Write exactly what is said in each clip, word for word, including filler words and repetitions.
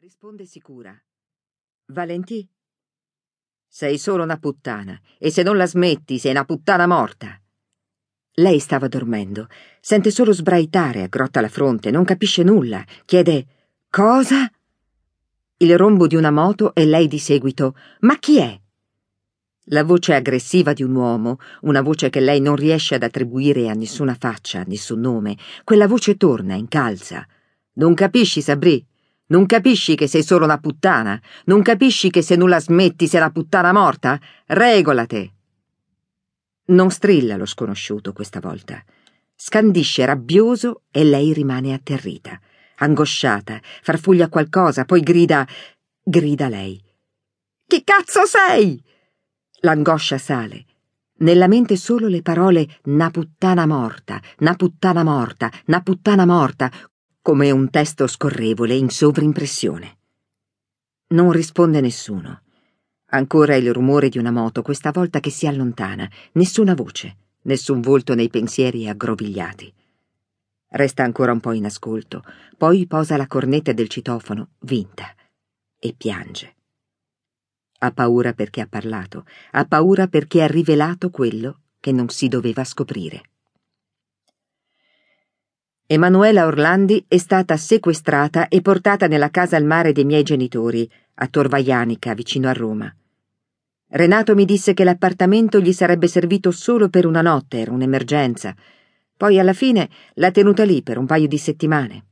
risponde sicura. Valentì? Sei solo una puttana, e se non la smetti sei una puttana morta. Lei stava dormendo, sente solo sbraitare, aggrotta la fronte, non capisce nulla, chiede «Cosa?» Il rombo di una moto e lei di seguito «Ma chi è?» La voce aggressiva di un uomo, una voce che lei non riesce ad attribuire a nessuna faccia, a nessun nome, quella voce torna, incalza. «Non capisci, Sabri? Non capisci che sei solo una puttana? Non capisci che se non la smetti sei una puttana morta? Regolate!» Non strilla lo sconosciuto questa volta. Scandisce rabbioso e lei rimane atterrita, angosciata, farfuglia qualcosa, poi grida, grida lei. «Chi cazzo sei?» L'angoscia sale. Nella mente solo le parole «na puttana morta, na puttana morta, na puttana morta», come un testo scorrevole in sovrimpressione. Non risponde nessuno. Ancora il rumore di una moto, questa volta che si allontana, nessuna voce, nessun volto nei pensieri aggrovigliati. Resta ancora un po' in ascolto, poi posa la cornetta del citofono, vinta, e piange. Ha paura perché ha parlato, ha paura perché ha rivelato quello che non si doveva scoprire. Emanuela Orlandi è stata sequestrata e portata nella casa al mare dei miei genitori, a Tor Vaianica, vicino a Roma. Renato mi disse che l'appartamento gli sarebbe servito solo per una notte, era un'emergenza. Poi alla fine l'ha tenuta lì per un paio di settimane.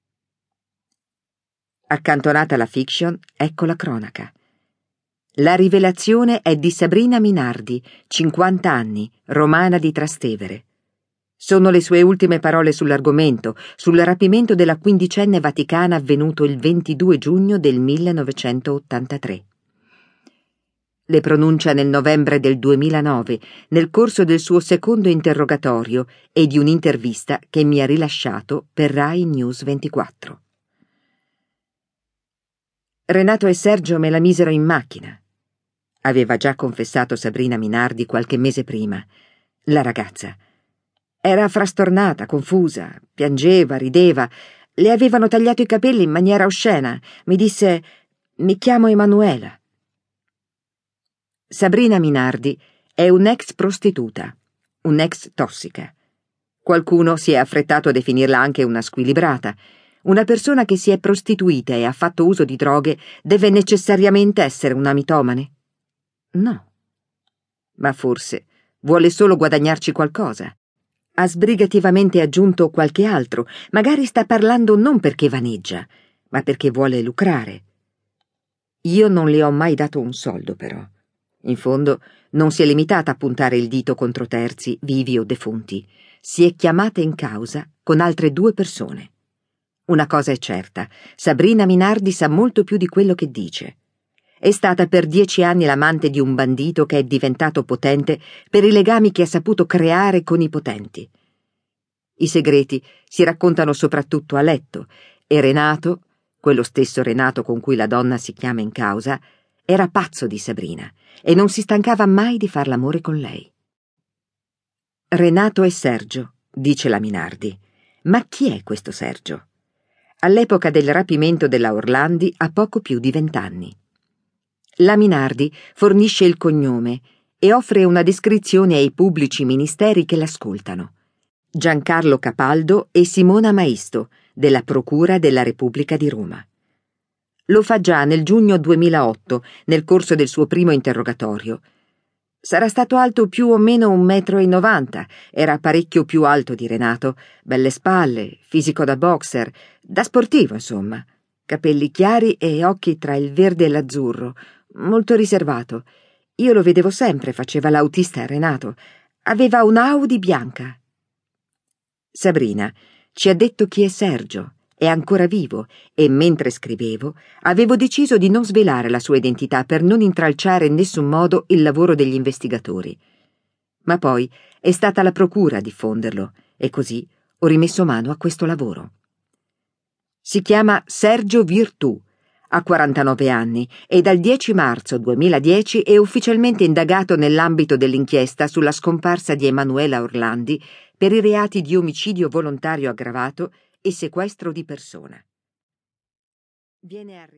Accantonata la fiction, ecco la cronaca. La rivelazione è di Sabrina Minardi, cinquanta anni, romana di Trastevere. Sono le sue ultime parole sull'argomento, sul rapimento della quindicenne vaticana avvenuto il ventidue giugno del millenovecentottantatré. Le pronuncia nel novembre del duemilanove, nel corso del suo secondo interrogatorio e di un'intervista che mi ha rilasciato per Rai News ventiquattro. Renato e Sergio me la misero in macchina. Aveva già confessato Sabrina Minardi qualche mese prima. La ragazza era frastornata, confusa, piangeva, rideva. Le avevano tagliato i capelli in maniera oscena. Mi disse: «Mi chiamo Emanuela». Sabrina Minardi è un'ex prostituta, un'ex tossica. Qualcuno si è affrettato a definirla anche una squilibrata. Una persona che si è prostituita e ha fatto uso di droghe deve necessariamente essere una mitomane? No. Ma forse vuole solo guadagnarci qualcosa. Ha sbrigativamente aggiunto qualche altro, magari sta parlando non perché vaneggia, ma perché vuole lucrare. Io non le ho mai dato un soldo, però. In fondo, non si è limitata a puntare il dito contro terzi, vivi o defunti. Si è chiamata in causa con altre due persone. Una cosa è certa, Sabrina Minardi sa molto più di quello che dice. È stata per dieci anni l'amante di un bandito che è diventato potente per i legami che ha saputo creare con i potenti. I segreti si raccontano soprattutto a letto, e Renato, quello stesso Renato con cui la donna si chiama in causa, era pazzo di Sabrina e non si stancava mai di far l'amore con lei. Renato e Sergio, dice la Minardi. Ma chi è questo Sergio? All'epoca del rapimento della Orlandi ha poco più di vent'anni. La Minardi fornisce il cognome e offre una descrizione ai pubblici ministeri che l'ascoltano. Giancarlo Capaldo e Simona Maisto, della Procura della Repubblica di Roma. Lo fa già nel giugno duemilaotto, nel corso del suo primo interrogatorio. Sarà stato alto più o meno un metro e novanta, era parecchio più alto di Renato, belle spalle, fisico da boxer, da sportivo insomma, capelli chiari e occhi tra il verde e l'azzurro, molto riservato. Io lo vedevo sempre, faceva l'autista a Renato, aveva un'Audi bianca. Sabrina ci ha detto chi è Sergio, è ancora vivo e mentre scrivevo avevo deciso di non svelare la sua identità per non intralciare in nessun modo il lavoro degli investigatori. Ma poi è stata la procura a diffonderlo e così ho rimesso mano a questo lavoro. Si chiama Sergio Virtù, ha quarantanove anni e dal dieci marzo duemiladieci è ufficialmente indagato nell'ambito dell'inchiesta sulla scomparsa di Emanuela Orlandi per i reati di omicidio volontario aggravato e sequestro di persona. Viene arrestato.